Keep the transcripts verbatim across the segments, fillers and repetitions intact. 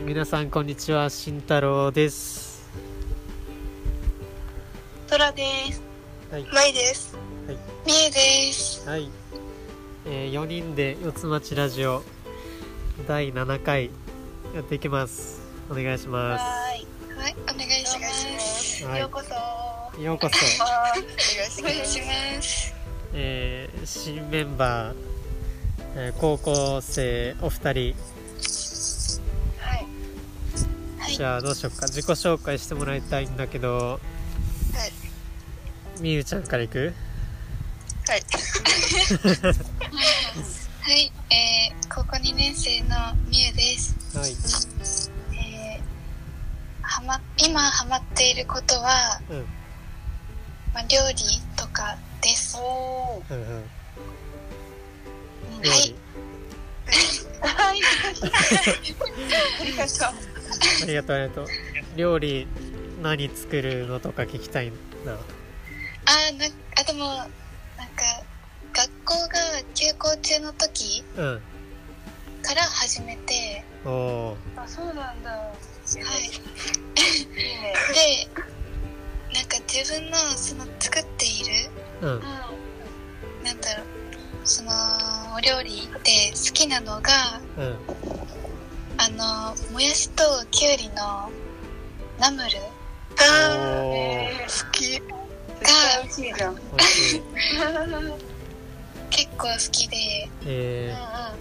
皆さんこんにちは、慎太郎です。 トラです。 はい、 マイです。 はい、 ミエです。 はい、えー、よにんで四つ町ラジオだいななかいやっていきます。お願いします。 はい、はい、お願いします。はい、ようこそ。 ようこそ。 お願いします。 えー、新メンバー、えー、高校生お二人。 はい。 じゃあどうしようか。自己紹介してもらいたいんだけど、 はい。 みゆちゃんからいく？ はい。はい、えー、高校にねん生のみゆです。 はい。 えー、はま今ハマっていることは、 うん、 まあ、料理とかです。 おー、うんうん、 はい。はい。ありがとう。 ありがとうありがとう。料理何作るのとか聞きたいな。 あーなあでもなんか学校が休校中の時うんから始めて、 おー、 あ、そうなんだ。はい。で、なんか自分のその作っている、 うん、 なんだろう、そのお料理で好きなのが、 うん、 あのもやしときゅうりのナムルおが、 ー、 えー、好きが美味しいじゃん。 美味しい。 結構好きで、 え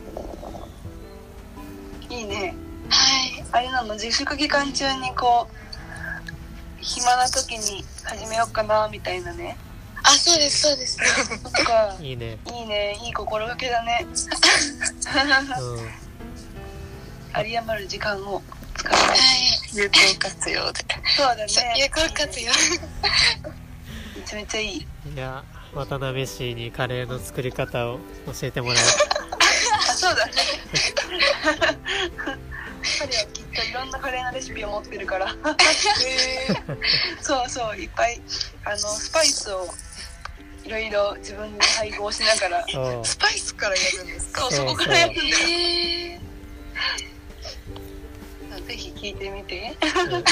ー、いいね。 はい。 あれなの、自粛期間中にこう暇な時に始めようかなみたいなね。 あ、そうですそうです。 とかいいね。 いいね、いい心がけだね。 うん、 有り余る時間を使って、 はい、有効活用で。 そうだね。 有効活用。 めちゃめちゃいい。 いや、渡辺氏にカレーの作り方を教えてもらう。 あ、そうだね。彼はきっといろんなカレーのレシピを持ってるから。えー、そうそう、いっぱいあのスパイスをいろいろ自分で配合しながら。 スパイスからやるんですか？ そう、そこからやるんだよ。 えー、ぜひ聞いてみて。 うんうん、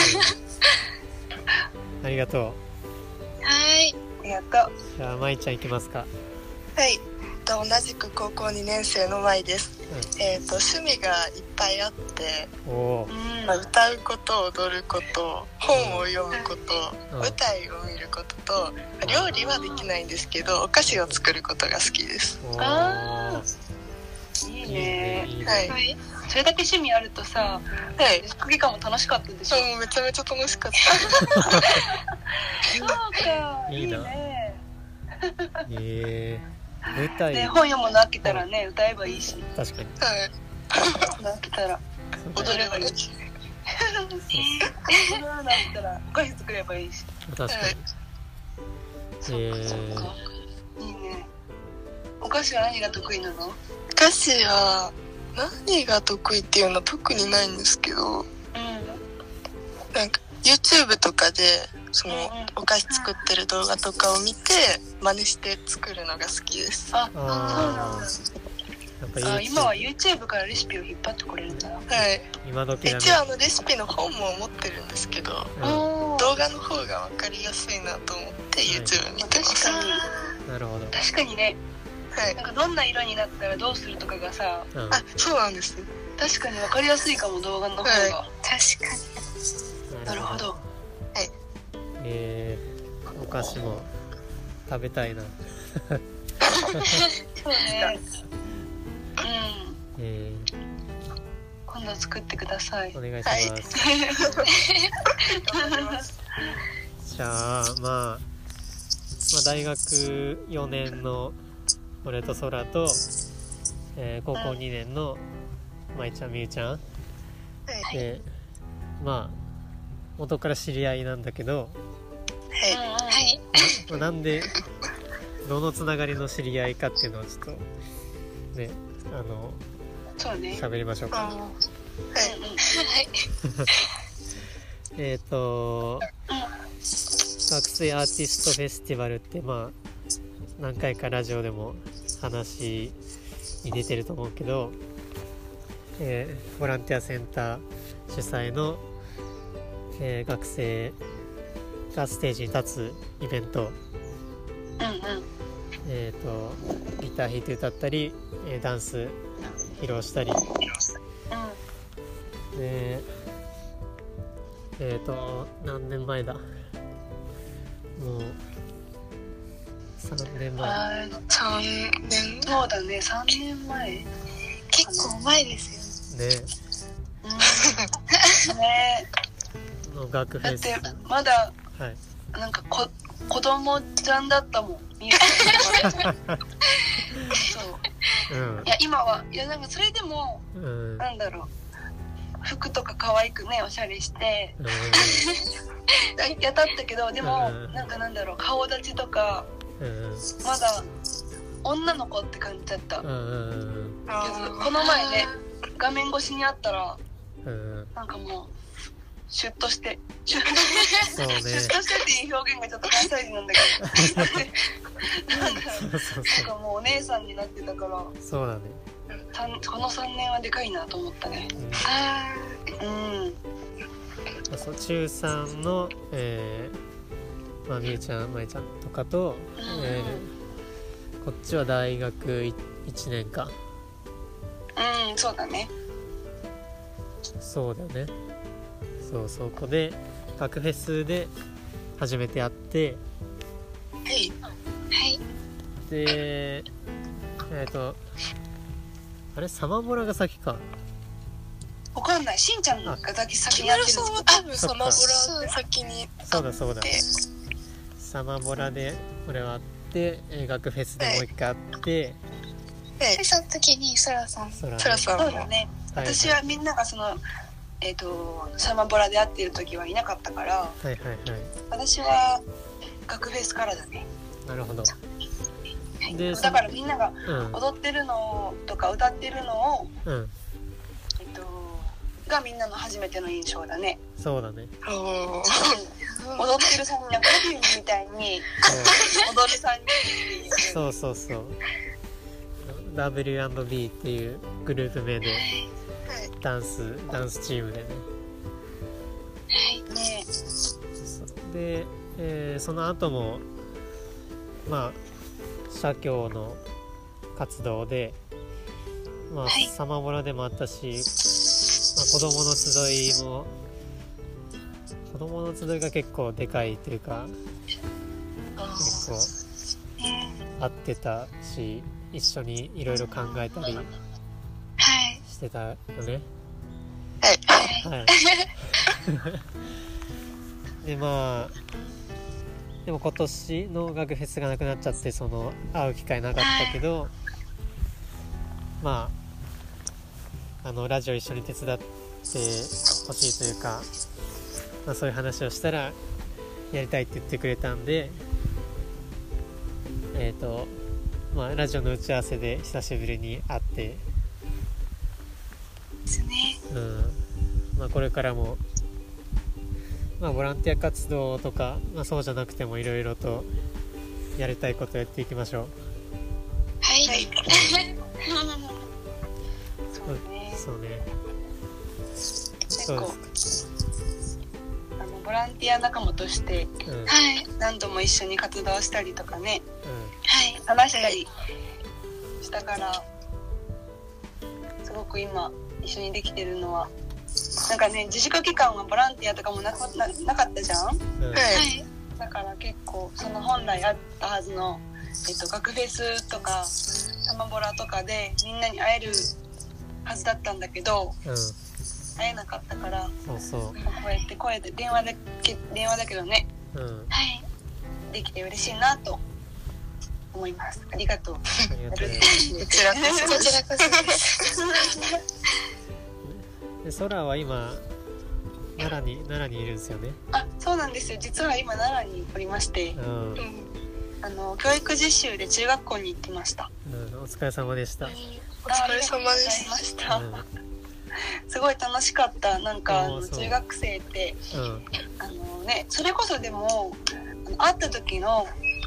ありがとう。 はい、 ありがとう。 じゃあまいちゃんいきますか。 はい、同じく高校にねん生のまいです。うん、えーと趣味がいっぱいあって、 お、 まあ、歌うこと、踊ること、本を読むこと、うん、舞台を見ることと、料理はできないんですけどお菓子を作ることが好きです。 あー、いいね。 いいね、いいね。 はい。それだけ趣味あるとさ、はい、自粛期間も楽しかったでしょ？ うん、めちゃめちゃ楽しかった。 そうか、いいね。 えー、舞台、 ね、本読むの飽きたらね、歌えばいいし。 確かに。 はい。 飽きたら踊ればいいし。踊れなかったらお菓子作ればいいし。 確かに。 はい、 えー、 そっか。いいね。お菓子は何が得意なの？ お菓子は何が得意っていうのは特にないんですけど、うん、なんか YouTube とかでそのお菓子作ってる動画とかを見て真似して作るのが好きです。 あ、そうなんだ。あ、今は YouTube からレシピを引っ張ってこれるんだ。 はい。 今時だね。 一応あのレシピの本も持ってるんですけど、うん、動画の方が分かりやすいなと思って YouTube 見てます。 確かに。 なるほど。 確かにね。 はい。 なんかどんな色になったらどうするとかがさ、 うん、 あ、そうなんです。 確かに分かりやすいかも、動画の方が。はい、 確かに。なるほど。はい。 えー、お菓子も食べたいな。 そうね。うん。 えー、 今度作ってください。 お願いします。はい、じゃあ、まあ、まあ大学よねんの俺と空と、えー、高校にねんのまいちゃんみゆちゃん、はい、で、まあ元から知り合いなんだけど、 はい、 まあ、なんでどのつながりの知り合いかっていうのをちょっとね、あのそうね、 喋りましょうか。 はい。 えっと学生アーティストフェスティバルって、まあ何回かラジオでも話に出てると思うけど、えー、ボランティアセンター主催の、えー学生がステージに立つイベント、 うんうんえー、とギター弾いて歌ったり、えーダンス披露したりで、えっ、と何年前だ、もうさんねんまえあさんねんそうだねさんねんまえ結構前ですよ。 ねうんねの学フェス、 だってまだはいなんかこ子供ちゃんだったもんみゆちゃんそううんいや今はいやなんかそれでもうんなんだろう服とか可愛くねおしゃれしてやったったけどでもうんなんかなんだろう顔立ちとかうんうんまだ女の子って感じだったうんうんこの前ね画面越しにあったらうんなんかもうシュッとしてシュッそうねシュッとしてっていう表現がちょっと関西人なんだけどなんだろうそうそうなんそかもうお姉さんになってたからうそうだね、 さんこのさんねんはでかいなと思ったねうんあうんそう中さんの、えーまあ、みゆちゃんまえちゃんとかと、えーこっちは大学いちねんか、 うんそうだねそうだよね、そうそこで学フェスで初めて会ってはいーはい。 でえっ、とあれサマボラが先か、 わかんないしんちゃんが先先木にやってる村さんは多分サマブラで先にそうだそうだでサマボラで俺は会ってえー学フェスでもう一回会ってでで、その時にそらさん。 そらねそらさんもそうだねはい私はみんながそのえっ、とサマボラで会ってる時はいなかったからはいはいはい私は学フェスからだねなるほどでだからみんながうん踊ってるのとか歌ってるのを、 うんえっと、がみんなの初めての印象だねそうだねおー踊ってるさんにんなんかコピーみたいに踊るさんにんっていうそうそうそうそう ダブリューアンドビー っていうグループ名でダンスダンスチームでねねそうで、えーその後もまあ社協の活動でまあ、 はいサマボラでもあったし、まあ、子供の集いも子供の集いが結構でかいというか結構合ってたし一緒にいろいろ考えたりはい。 してたよね。 はいはい。でまあでも今年の学フェスがなくなっちゃってその会う機会なかったけど、まああのラジオ一緒に手伝ってほしいというか、まあ、そういう話をしたらやりたいって言ってくれたんで、えっとまあラジオの打ち合わせで久しぶりに会って、 ですね。 うんまあ、これからも、まあ、ボランティア活動とか、まあ、そうじゃなくてもいろいろとやりたいことやっていきましょう。 はい。 はいそうねそうね。 結構そうですあのボランティア仲間としてか。うん。うん。 はい。 何度も一緒に活動したりとかねはい。 話したりしたからすごく今一緒にできてるのはなんかね自粛期間はボランティアとかもなかななかったじゃんうん。 はいはい。 だから結構その本来あったはずの、えっと、学フェスとかサマボラとかでみんなに会えるはずだったんだけどうん。 会えなかったからそうそこうやって声で電話だけ電話だけどねう。うん。 はい。 できて嬉しいなと思いますありがとうありがとうございまこちらこそこちらこそです。 す。で、空は今奈良に奈良にいるんですよね。 あそうなんですよ実は今奈良におりましてうん。うん。 あの教育実習で中学校に行ってましたお疲れ様でした。 お疲れ様でしましたうん。 すごい楽しかったなんかあのおーそう中学生ってうん。 あのねそれこそでもあの会った時のはい。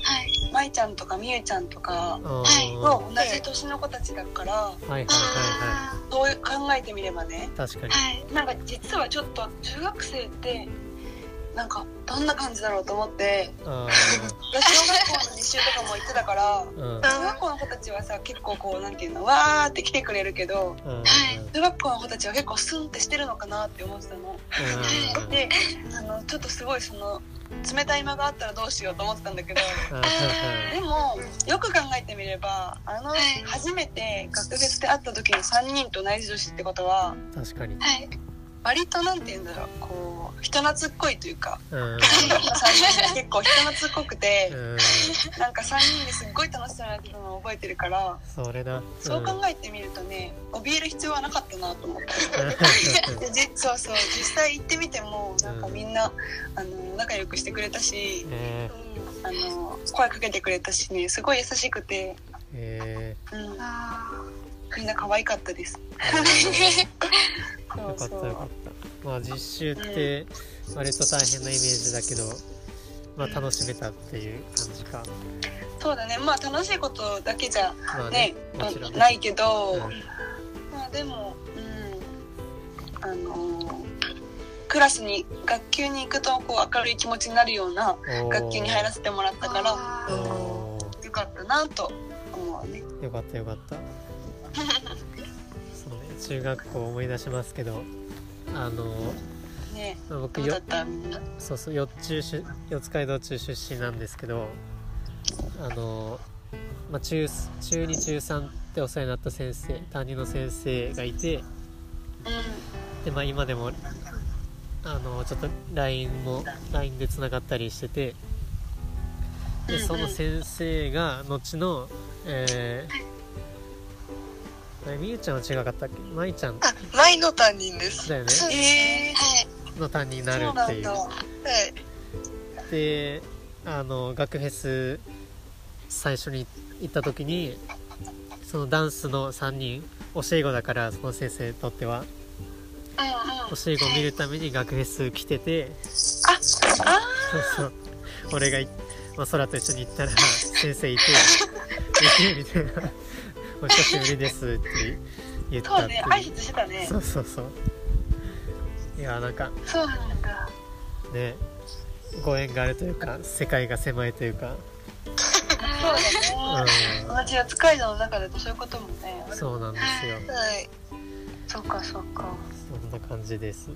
舞ちゃんとかみゆちゃんとかあーの同じ年の子たちだから、 はいはいはいはあそう考えてみればね、 い確かにーはいなんか実はちょっと中学生ってなんかどんな感じだろうと思って、 あ私小学校の実習とかも行ってたからーうん中学校の子たちはさ結構こうなんていうのわーって来てくれるけど、 うんうん中学校の子たちは結構スンってしてるのかなって思ってたのうんで、あのちょっとすごいその冷たい間があったらどうしようと思ってたんだけど、 あーはいでもよく考えてみればあの、 はい初めて学フェスで会った時にさんにんと同じ年ってことははい確かにはい割となんて言うんだろう、こう人懐っこいというかうんさんにん結構人懐っこくてうんなんかさんにんですっごい楽しそうにやってたのを覚えてるから、 それだそう考えてみるとね怯える必要はなかったなと思ってでじそうそう実際行ってみてもなんかみんな、あの仲良くしてくれたし、 えあの声かけてくれたしね、すごい優しくて、 ーえうん、 あみんな可愛かったです。 ーよかったよかったまあ実習って割と大変なイメージだけどまあ楽しめたっていう感じかそうだね、まあ楽しいことだけじゃまあねねもちろんねないけど、 うんまあでも、うん、あのークラスに学級に行くとこう明るい気持ちになるような学級に入らせてもらったからあーおーよかったなと思うね。 よかったよかったそうね中学校思い出しますけどあのねまあ僕よどうだったみんな。 そうそう四中し四街道中出身なんですけどあの、まあ、中中に中さんってお世話になった先生担任の先生がいてうで、まあ、今でもあのちょっと ライン も ライン でつながったりしててでその先生が後のえー、あれみゆちゃんは違かったっけまいちゃんあ、舞の担任です。 だよねそうですねはいの担任になるそうっていうなんだ。 はい。 であの学フェス最初に行った時にそのダンスのさんにん教え子だからその先生にとってはうんうん。 教え子を見るために学フェス来ててあ、あそうそう俺がい、まあ、空と一緒に行ったら先生いて「みたいな「お久しぶりです」って言っー、そうたっていうね、挨拶してたね。 そうそうそういやなんかそうなんだ。 ねご縁があるというか世界が狭いというか、 そうだね。 う同じ四街道の中だとそういうこともね。 ん、そうなんですよはい。 そっかそっか。 そんな感じです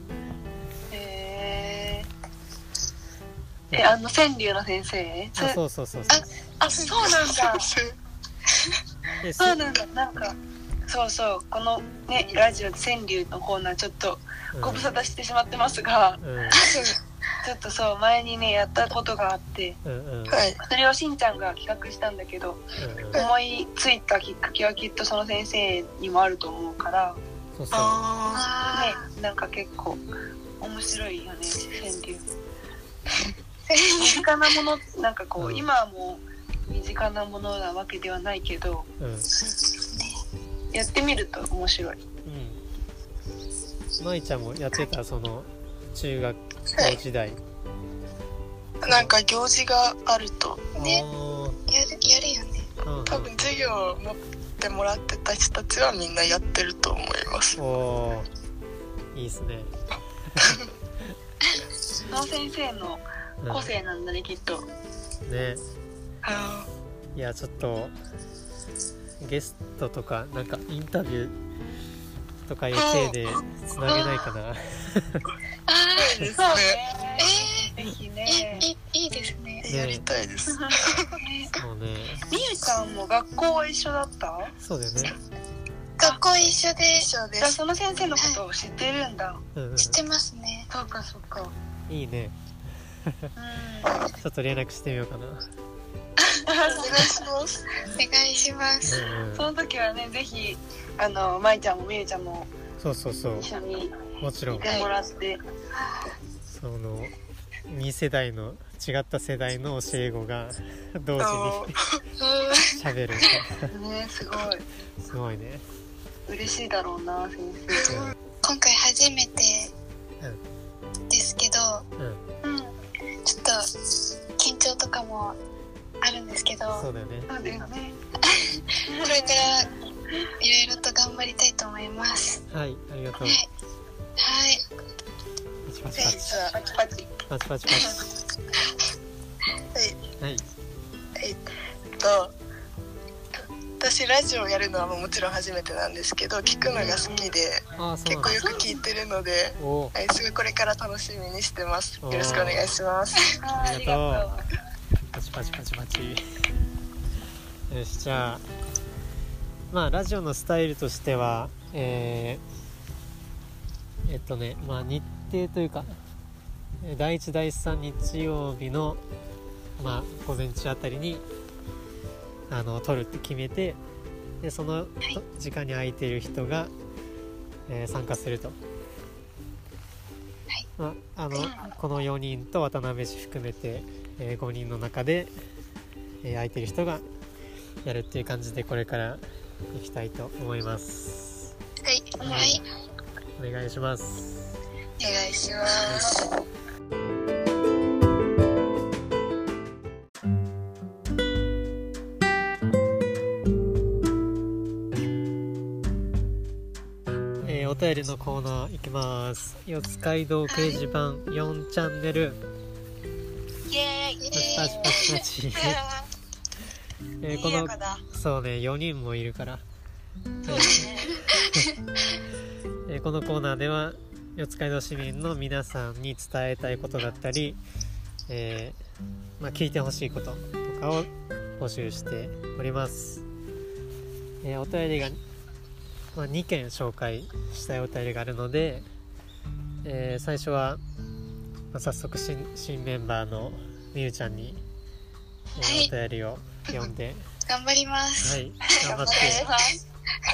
へー。え、あの川柳の先生？ あそうそうそうそうあ、そうなんだ。 でそうなんだ。なんか、そうそう、このねラジオで川柳のコーナーちょっとご無沙汰してしまってますが、 うんうんちょっとそう前にねやったことがあって、 うんうんはい。 それをしんちゃんが企画したんだけど、 うん思いついたきっかけはきっとその先生にもあると思うから、 そうそうああね、なんか結構面白いよね川柳。身近なものなんかこう、 うん今はもう身近なものなわけではないけど、 うんうんやってみると面白い。 まいちゃんもやってたその中学校時代、 ーなんか行事があると、 ねあーやるやるよねーうんうん多分授業を持ってもらってた人たちはみんなやってると思います。 おーいいっすね、 その先生のうん個性なんだね、きっと。 ねあいやちょっとゲストとかなんかインタビューとかいう体でつなげないかなあーですそうね。 ね。ぜひーね。 いいいいですねねやりたいです。 そうねみゆちゃんも学校は一緒だった？ そうだよね学校一緒で一緒でじゃあす。 その先生のことを知ってるんだ。 うんうん知ってますねそうかそうか。 いいねうん。 ちょっと連絡してみようかなお願いします。 お願いしますうんうんその時はね、ぜひあのまいちゃんもみゆちゃんもそうそうそう一緒にもちろんいてもらって、 そのに世代の違った世代の教え子が同時に喋るね、すごいすごいね嬉しいだろうな先生。 今回初めてですけどうんうんうん。 ちょっと緊張とかもあるんですけど、 そうだよね。 そうだよね。 これからいろいろと頑張りたいと思います。 はい、ありがとう。 はい、はい、 パチパチパチ実はパチパチ。 パチパチパチ。 はい。 はい。 えっと私ラジオやるのはもちろん初めてなんですけど、聞くのが好きでああ、そう結構なんだ。 よく聞いてるので、 おー、 はい、すごいこれから楽しみにしてます。よおーろしくお願いします。 あありがとう。パチパチパチパチ。よし、じゃあまあラジオのスタイルとしてはえー、えっとねまあ日程というかだいいちだいさん日曜日のまあ午前中あたりにあの撮るって決めて、でその時間に空いている人が、えー参加すると、まあ、あのこのよにんと渡辺氏含めて、えーごにんの中で、えー空いている人がやるっていう感じでこれからいきたいと思います。 はい、 ははいい、 お願いします。 お願いします。 えーお便りのコーナーいきます。四街道掲示板よんチャンネル、 イエーイ。 パチパチパチパチえーこの賑やかだ。 そうねよにんもいるから、 そうですね。 えーこのコーナーでは四街道市民の皆さんに伝えたいことだったり、えーまあ、聞いてほしいこととかを募集しております。えーお便りが、まあ、にけん紹介したいお便りがあるので、えー最初は、まあ、早速 新, 新メンバーのみゆちゃんに、えーはいお便りを読んで頑張ります。 はい頑張っお願いします。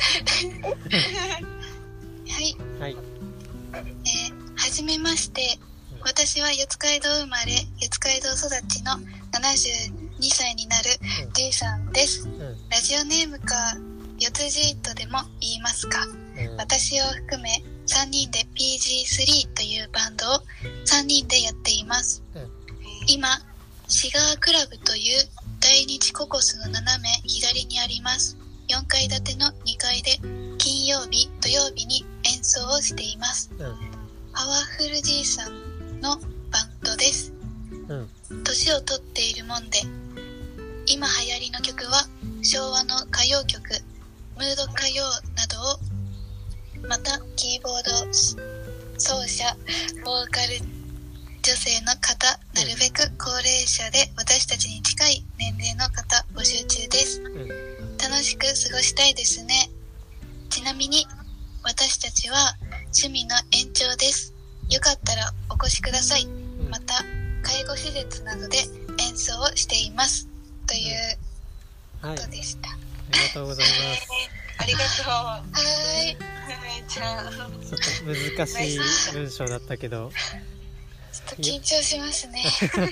はい、 てはいえーはじめまして。私は四街道生まれ、四街道育ちのななじゅうにさいになるじいさんです。 うんうんラジオネームか四つじーとでも言いますか。 うん私を含めさんにんで ピージースリー というバンドをさんにんでやっています。 うん今、シガークラブという大日ココスの斜め左にあります。よんかい建てのにかいで金曜日、土曜日に演奏をしています。 うんパワフルじいさんのバンドです。 うん年を取っているもんで、今流行りの曲は昭和の歌謡曲、ムード歌謡などを、またキーボード奏者、ボーカル女性の方、なるべく高齢者で私たちに近い年齢の方募集中です。 うん楽しく過ごしたいですね。ちなみに私たちは趣味の延長です。よかったらお越しください。 うんまた介護施設などで演奏をしていますというはい、あことでした。はりがとうございます。 ありがとーい。 う。じゃあ、 ちょっと難しい文章だったけど、 ちょっと緊張しますね。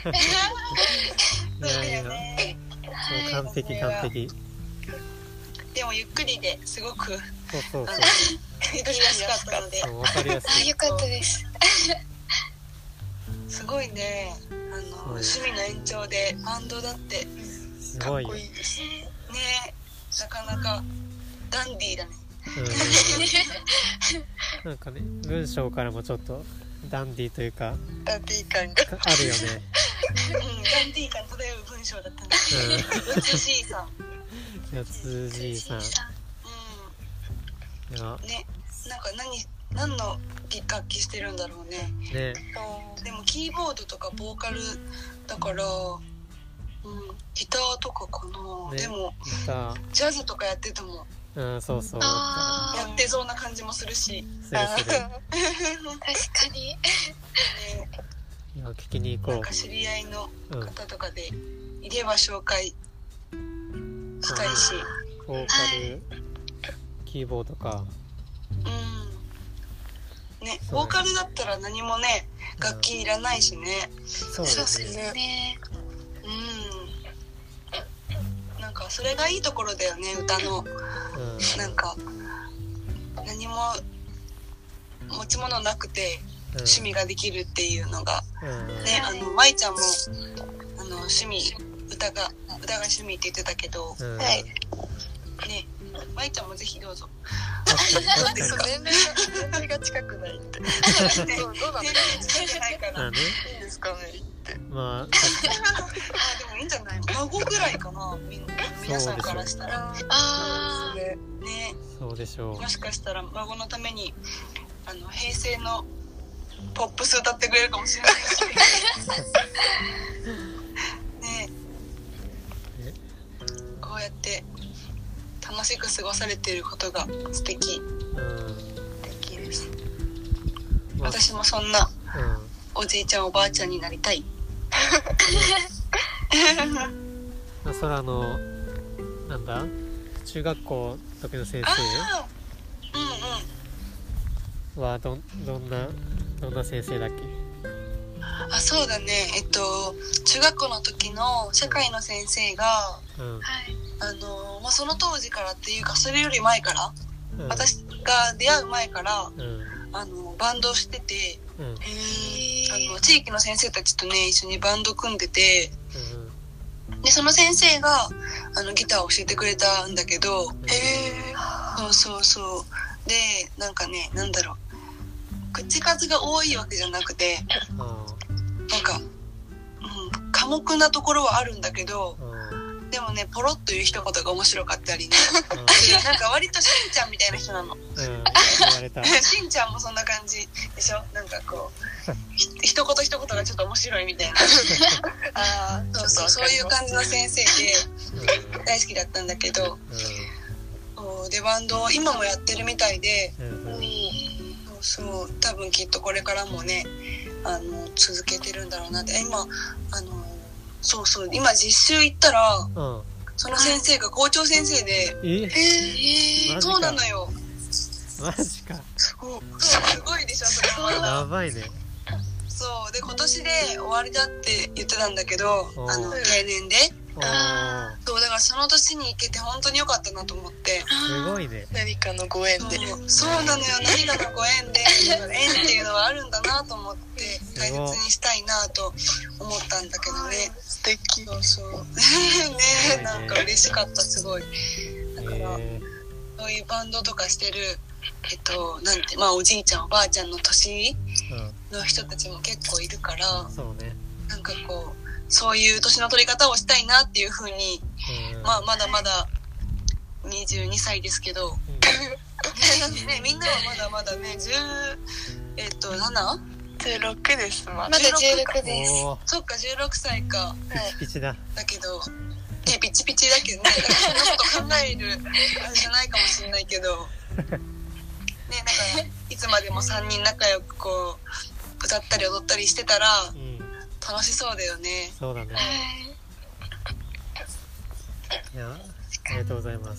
いやいや、もね。 う完璧完璧。 でもゆっくりですごくそうそうそう。 やりやすかったので、 そうわかりやすあ、 い。 よかったです。 すごいね。あの趣味の延長でバンドだってすごいよ。 かっこいいです。 ね、なかなかダンディーだね。 うん、なんかね、文章からもちょっとダンディーというかダンディー感が。 かあるよね。 うん、ダンディー感漂う文章だったね。よつじいさん。 四つじいさん。いやうん、ね、なんか何何の楽器してるんだろうね。 ね、 でもキーボードとかボーカルだから、うん、ギターとかかな。 ねでもギタジャズとかやっててもー、うん、そうそう。 あやってそうな感じもするし、 するする。 ー、確かに。 ね、 いや聞きに行こなんか知り合いのう。うん、 方とかでいれば紹介したいし、 ボーカル、キーボードか。 うん、ね、 そうボーカルだったら何もね楽器いらないしね。 そうでそうですすね。 ね。 うん、なんかそれがいいところだよね、歌の。 うん、 なんか何も持ち物なくてうん、 趣味ができるっていうのがうん、 ね、あの舞ちゃんもあの趣味歌が歌が趣味って言ってたけど、 うん、 はいね、まいちゃんもぜひどうぞ。 どうですか？年齢が年齢が近くないって。そうどうなんですか？ 年齢近くないから。 まあね、 いいんですかね言って。 まあ、 あでもいいんじゃない？孫ぐらいかな、み皆さんからしたら。 あーね、 そうでしょう。 もしかしたら孫のためにあの平成のポップス歌ってくれるかもしれないし。ね、こうやって楽しく過ごされていることが素敵。 うん、 素敵です。 まあ、 私もそんなうん、 おじいちゃんおばあちゃんになりたい。 まあ、空のなんだ中学校の時の先あ生ーうんうん。 はどどんなどんな先生だっけ？ あ、そうだね。えっと中学校の時の社会の先生が、 うん、 はいあのまあ、その当時からっていうかそれより前から、 うん、 私が出会う前から、 うん、 あのバンドをしてて、 うん、うん、 あの地域の先生たちとね一緒にバンド組んでて、でその先生があのギターを教えてくれたんだけど、 うん、 へー、そうそうそうでなんかね、なんだろう、口数が多いわけじゃなくて、 あなんか、うん、寡黙なところはあるんだけど、 ー、 でもねポロッという一言が面白かったりねうん、 なんか割としんちゃんみたいな人なの。 うん、言われた。 しんちゃんもそんな感じでしょ。なんかこうひ一言一言がちょっと面白いみたいな。 ああ、 そうそう、そういう感じの先生でうん、 大好きだったんだけど、 うそうでバンドを今もやってるみたいで、 ん、うん、うん、 そうそう多分きっとこれからもねあの続けてるんだろうなって。今あのそうそう今実習行ったらうん、 その先生が校長先生で、 え、 えー、 マジかそうなのよ。 マジか、 そうすごいでしょそれは。 やばいね。 そうで今年で終わりだって言ってたんだけど、 おーあの定年で。 おー、 そうだからその年に行けて本当に良かったなと思って。 すごいね。 何かのご縁で。 そうそうなのよ、何かのご縁で縁っていうのはあるんだなと思って大切にしたいなと思ったんだけどね。 素敵。 そうそうねえ、なんか嬉しかった、すごい。だから、 えそういうバンドとかしてるえっとなんて、まあおじいちゃんおばあちゃんの年ー、 の人たちも結構いるから、 うん、そうね。 なんかこうそういう年の取り方をしたいなっていう風に、 うん、 まあまだまだにじゅうにさいですけど、 うん、 ね、みんなはまだまだね、じゅう、えっと、なな? じゅうろくです、まだ。 まだじゅうろくです。 おー、 そっか、じゅうろくさいか。 ピチピチだ。 だけど、ね、ピチピチだけどね、そんなこと考えるあれじゃないかもしれないけど、ね、なんか、いつまでもさんにん仲良くこう、歌ったり踊ったりしてたら、 うん、 楽しそうだよね。 そうだね。 はいいや、ありがとうございます。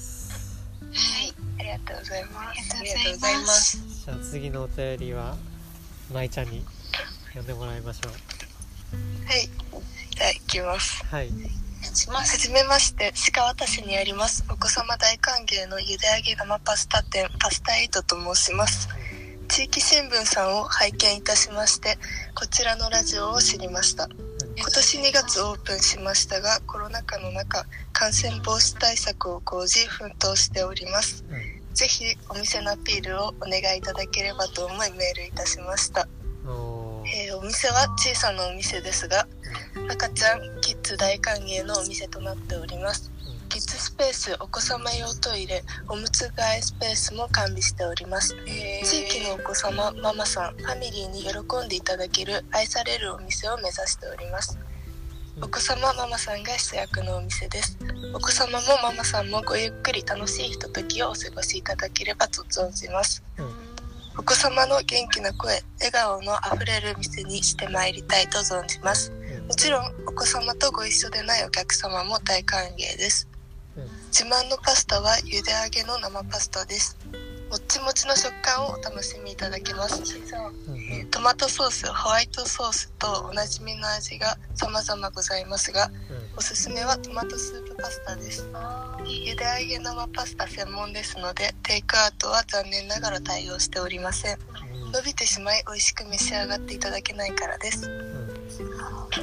はい、 ありがとうございます。 ありがとうございます。 じゃあ次のお便りはまいちゃんに読んでもらいましょう。 はい。じゃあ行きます。 はい。 はじめまして、鹿渡市にありますお子様大歓迎のゆで揚げ生パスタ店パスタエイトと申します。地域新聞さんを拝見いたしまして、こちらのラジオを知りました。今年にがつオープンしましたが、コロナ禍の中、感染防止対策を講じ奮闘しております。 うん、 ぜひお店のアピールをお願いいただければと思いメールいたしました。 おー、 えー、お店は小さなお店ですが、赤ちゃんキッズ大歓迎のお店となっております。キッズスペース、お子様用トイレ、おむつ替えスペースも完備しております。地域のお子様、ママさん、ファミリーに喜んでいただける愛されるお店を目指しております。お子様、ママさんが主役のお店です。お子様もママさんもごゆっくり楽しいひとときをお過ごしいただければと存じます。 うん、 お子様の元気な声、笑顔のあふれる店にしてまいりたいと存じます。もちろんお子様とご一緒でないお客様も大歓迎です。自慢のパスタは茹で揚げの生パスタです。もっちもちの食感をお楽しみいただけます。 うん、 トマトソース、ホワイトソースとおなじみの味が様々ございますが、 うん、 おすすめはトマトスープパスタです。茹で揚げ生パスタ専門ですので、テイクアウトは残念ながら対応しておりません。 うん、 伸びてしまい美味しく召し上がっていただけないからです。 うん、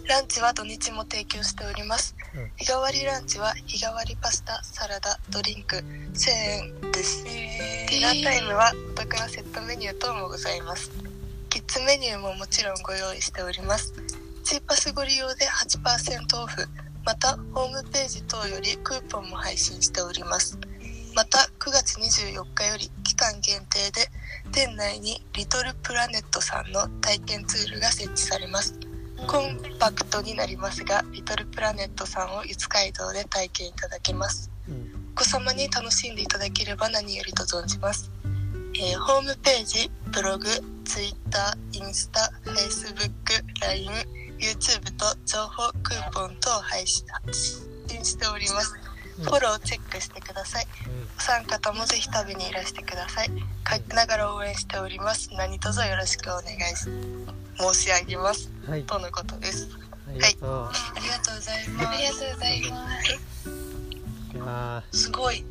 ランチは土日も提供しております。 うん日替わりランチは日替わりパスタ、サラダ、ドリンクせんえんです。 えディナータイムはお得なセットメニュー等もございます。キッズメニューももちろんご用意しております。チーパスご利用で はちパーセント オフ、またホームページ等よりクーポンも配信しております。またくがつにじゅうよっかより期間限定で店内にリトルプラネットさんの体験ツールが設置されます。コンパクトになりますが、リトルプラネットさんを五街道で体験いただけます。 うんお子様に楽しんでいただければ何よりと存じます。えーホームページ、ブログ、ツイッター、インスタ、フェイスブック、ライン、YouTube と情報クーポン等を配信しております。 うんフォローチェックしてください。お三方もぜひ食べにいらしてください。帰ってながら応援しております。何卒よろしくお願いし申し上げますうんはいとのことです。 ありがとう、 ありがとうございまありがとうございます。 いやす。すごい。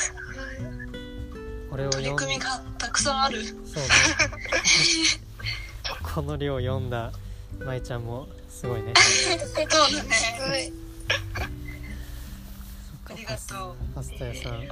ーこれを取り読ん組みがたくさんある。 そうねこの量読んだ舞ちゃんもすごいね。 そうだね。 はい。 ありがとう。 パスタ屋さん、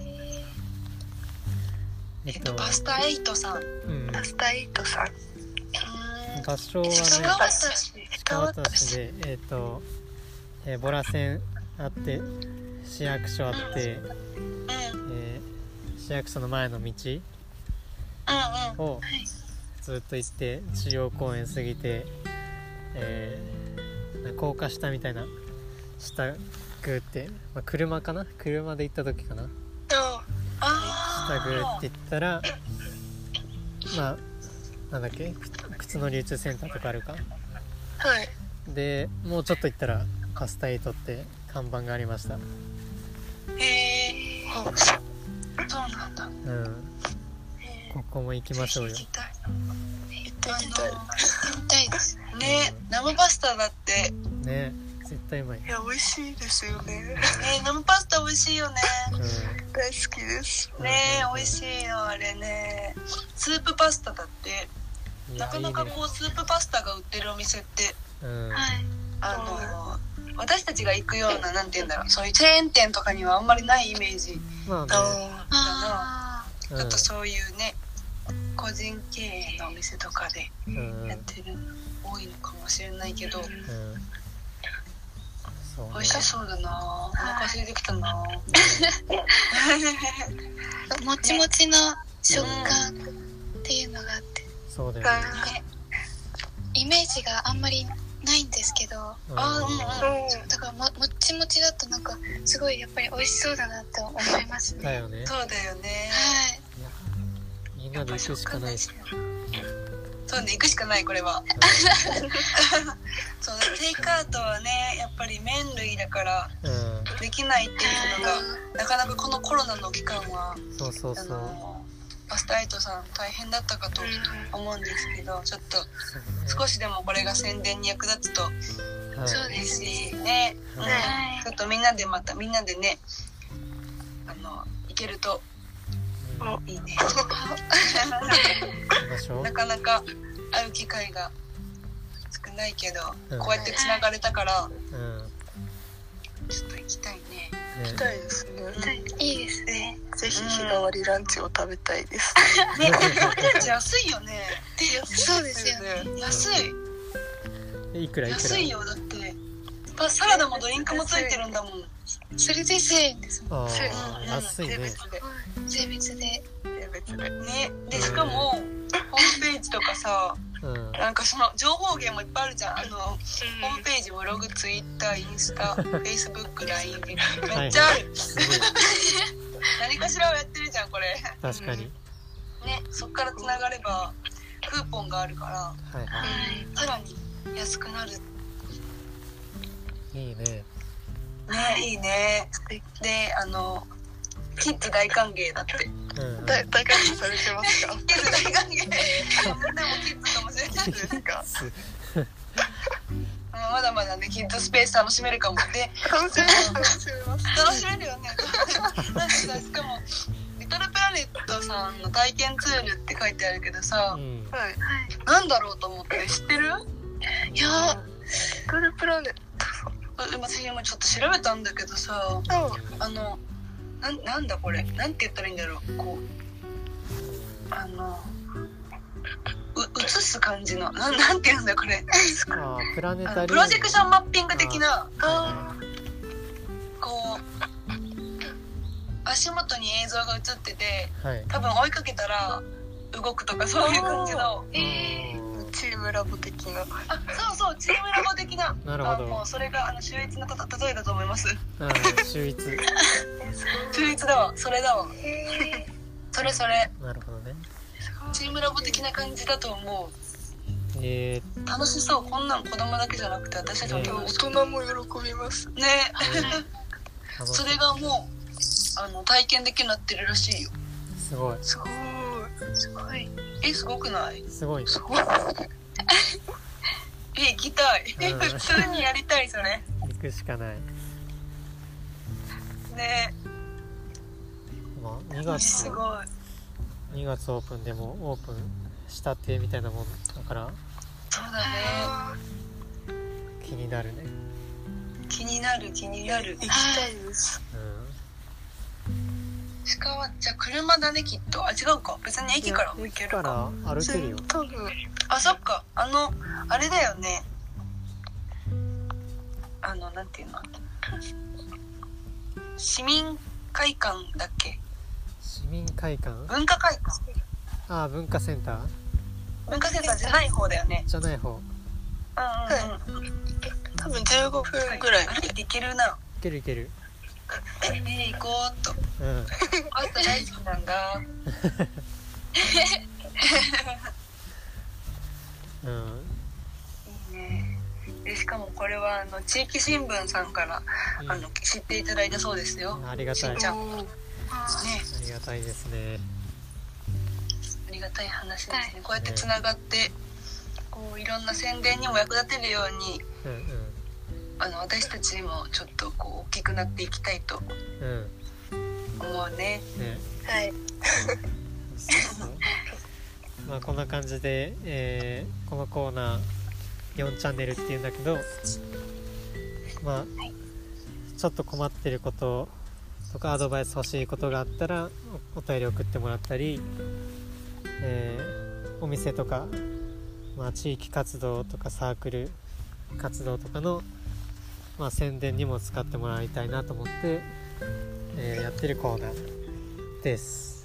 えっとパスタエイトさん。 うん、 パスタイートさん。 場所はね鹿渡し。 鹿渡しでえっ、と、えーボラ線あって市役所あって、 うん。うんえー市役所の前の道うん。 をずっと行って中央公園過ぎて、えー、高架下みたいな下グーって、まあ、車かな車で行った時かなあ下グーって行ったらまあなんだっけ靴の流通センターとかあるかはい。 でもうちょっと行ったらパスタエイトって看板がありました。 あ。へえ。そうなんだ。 うんここも行きましょうよ。 行きたい。 行ってみたい。 見たいです。 ね、生パスタだって。 ね絶対うまい。 いや、美味しいですよね。 ね、生パスタ美味しいよね。 う大好きです。 ね、美味しいよあれね。スープパスタだって。 んいやなかなかいいねこうスープパスタが売ってるお店ってうんはい。 あの私たちが行くようななんて言うんだろう、そういうチェーン店とかにはあんまりないイメージまあねああうんだと、そういうね個人経営のお店とかでうんやってるの多いのかもしれないけど、 うんそうね美味しそうだな。お腹空いてきたな。 ーもちもちの食感っていうのがあって、 そうだよね。 イメージがあんまりないんですけど、 うんあーうんうんだからももちもちだとなんかすごいやっぱり美味しそうだなって思いますね。 だよね。 そうだよね。 はい。 いやみんなで行くしかないし。 そうね、行くしかないこれは。そうテイクアウトはねやっぱり麺類だからうん、 できないっていうのがなかなかこのコロナの期間はそうそうあそう。 のパスタエイトさん大変だったかと思うんですけど、ちょっと少しでもこれが宣伝に役立つとはいそうです嬉しいね。 ね。 はいちょっとみんなでまたみんなでねあの行けるとうんいいね。 行きましょうなかなか会う機会が少ないけど、 うんこうやってつながれたからうんちょっと行きたいね。 ね行きたいですね。 いいですね。 ぜひ日替わりランチを食べたいです。 ね、ランチ安いよね。 そうですよね。 安いいくらいくら安いよだってパサラダもドリンクもついてるんだもん。 それでせんえんですもん。 あうんあ安いね。 税別で税別で。 別で。 ね、でしかもホームページとかさうんなんかその情報源もいっぱいあるじゃん。あのホームページ、ブログ、ツイッター、インスタ、フェイスブック、ライン、めっちゃある。 すごい何かしらをやってるじゃんこれ。 確かに。 ね、そっからつながればクーポンがあるからはいはさらに安くなる。 い。いいね。 ね、いいね。で、あのキッズ大歓迎だって。 うん。 大大歓迎されてますか？ キッズ大歓迎。でもキッズかもしれないですか。 すまだまだねキッズスペース楽しめるかも。で楽しめます。楽しめます。 楽しめるよね。なんかさしかもリトルプラネットさんの体験ツールって書いてあるけどさう、ん。 はい。 なんだろうと思って知ってる？ いやリトルプラネッあでも私今ちょっと調べたんだけどさ、 ト。 あのな ん, なんだこれなんて言ったらいいんだろう、こうあのう映す感じのな ん, なんて言うんだこれあープラネあタリウムのプロジェクションマッピング的なあこう足元に映像が映っててはい多分追いかけたら動くとかそういう感じのえーーチームラボ的な。 あそうそうチームラボ的ななるほどあもうそれがあの秀逸なた例えだと思います。 あ秀逸秀逸だわそれだわそれそれなるほどね。 チームラボ的な感じだと思えう。楽しそう。こんなん子供だけじゃなくて私たちもね楽し大人も喜びます。 ねー、楽しいそれがもうあの体験できるようになってるらしいよ。 すごいすごい。 すごい。えすごくない？ すごいすごい。 え行きたい。えうん普通にやりたいそれ。 行くしかない。 ねまあにがつすごい。 にがつオープンでもオープンしたてみたいなもんだからそうだね。 気になるね。 気になる気になる。 行きたいです。 うん鹿はじゃあ車だねきっと。あ違うか別に駅からも行ける駅かか。 ら歩けるよ。 多分。 あそっかあのあれだよね。あのなんていうの市民会館だっけ？ 市民会館文化会館ああ文化センター文化センターじゃない方だよね。 じゃない方。 うんうんうん。 多分じゅうごふんぐらい。 歩いて行けるな。 いけるいける。 えね行こうっと。 うんあんた大好きなんだ。 うんいいね。でしかもこれはあの地域新聞さんから、 うんあの知っていただいたそうですよ。 ありがたい。 しんちゃんねありがたいですね。 ありがたい話ですね。こうやってつながってこういろんな宣伝にも役立てるようにうんあの私たちもちょっとこう大きくなっていきたいとうんうん思うね。 ね。 はい。 そうそうまあこんな感じで、えーこのコーナーよんチャンネルっていうんだけど、まあちょっと困ってることとかアドバイス欲しいことがあったら お, お便り送ってもらったり、えーお店とか、まあ、地域活動とかサークル活動とかの、まあ、宣伝にも使ってもらいたいなと思って、えーやってるコーナーです。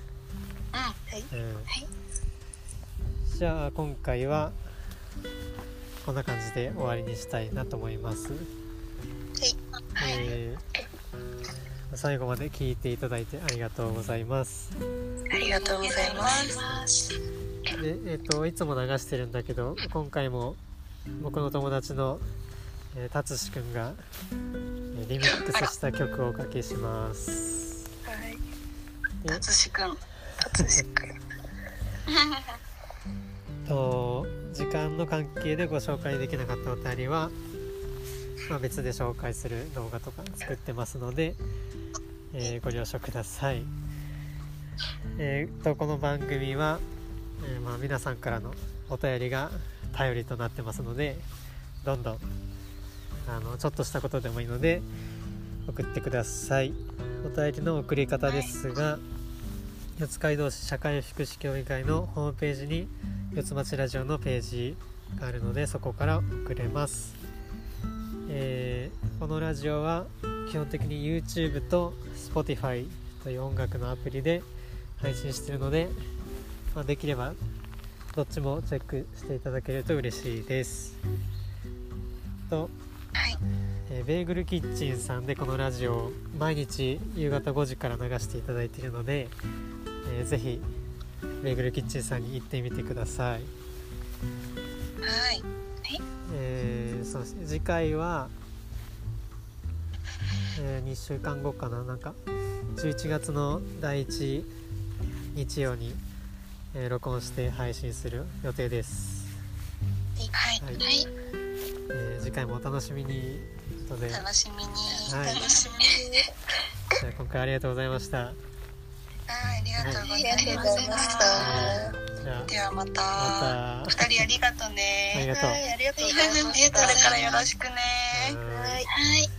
うんうんじゃあ今回はこんな感じで終わりにしたいなと思います。えー最後まで聞いていただいてありがとうございます。 ありがとうございます。 で、えー、といつも流してるんだけど今回も僕の友達の、えー、達志くんが、えーリミックスした曲をおかけします。 はい。 で達志くん。 達志くん。 と時間の関係でご紹介できなかったお便りは、まあ、別で紹介する動画とか作ってますので、えーご了承ください。えー、とこの番組は、えーまあ、皆さんからのお便りが頼りとなってますのでどんどんあのちょっとしたことでもいいので送ってください。お便りの送り方ですが、四街道市社会福祉協議会のホームページに四つ町ラジオのページがあるのでそこから送れます。えーこのラジオは基本的に YouTube と Spotify という音楽のアプリで配信しているので、まあ、できればどっちもチェックしていただけると嬉しいです。と、 はい。 えーベーグルキッチンさんでこのラジオを毎日夕方ごじから流していただいているので、えーぜひベーグルキッチンさんに行ってみてください。 はい。 えーそう次回は、えーにしゅうかんごかな、なんかじゅういちがつのだいいち日曜に、えー録音して配信する予定です。 はい。 はいはい、 えー次回もお楽しみにということで、 楽しみに。 はい楽しみに。 じゃあ今回ありがとうございました。 はい、ありがとうございありがとうごまざいましした。 た。 じゃあではまたまた二人ありがとうね。 ありがとうはい、ありがとうございました。 これからよろしくね。 はーいはい。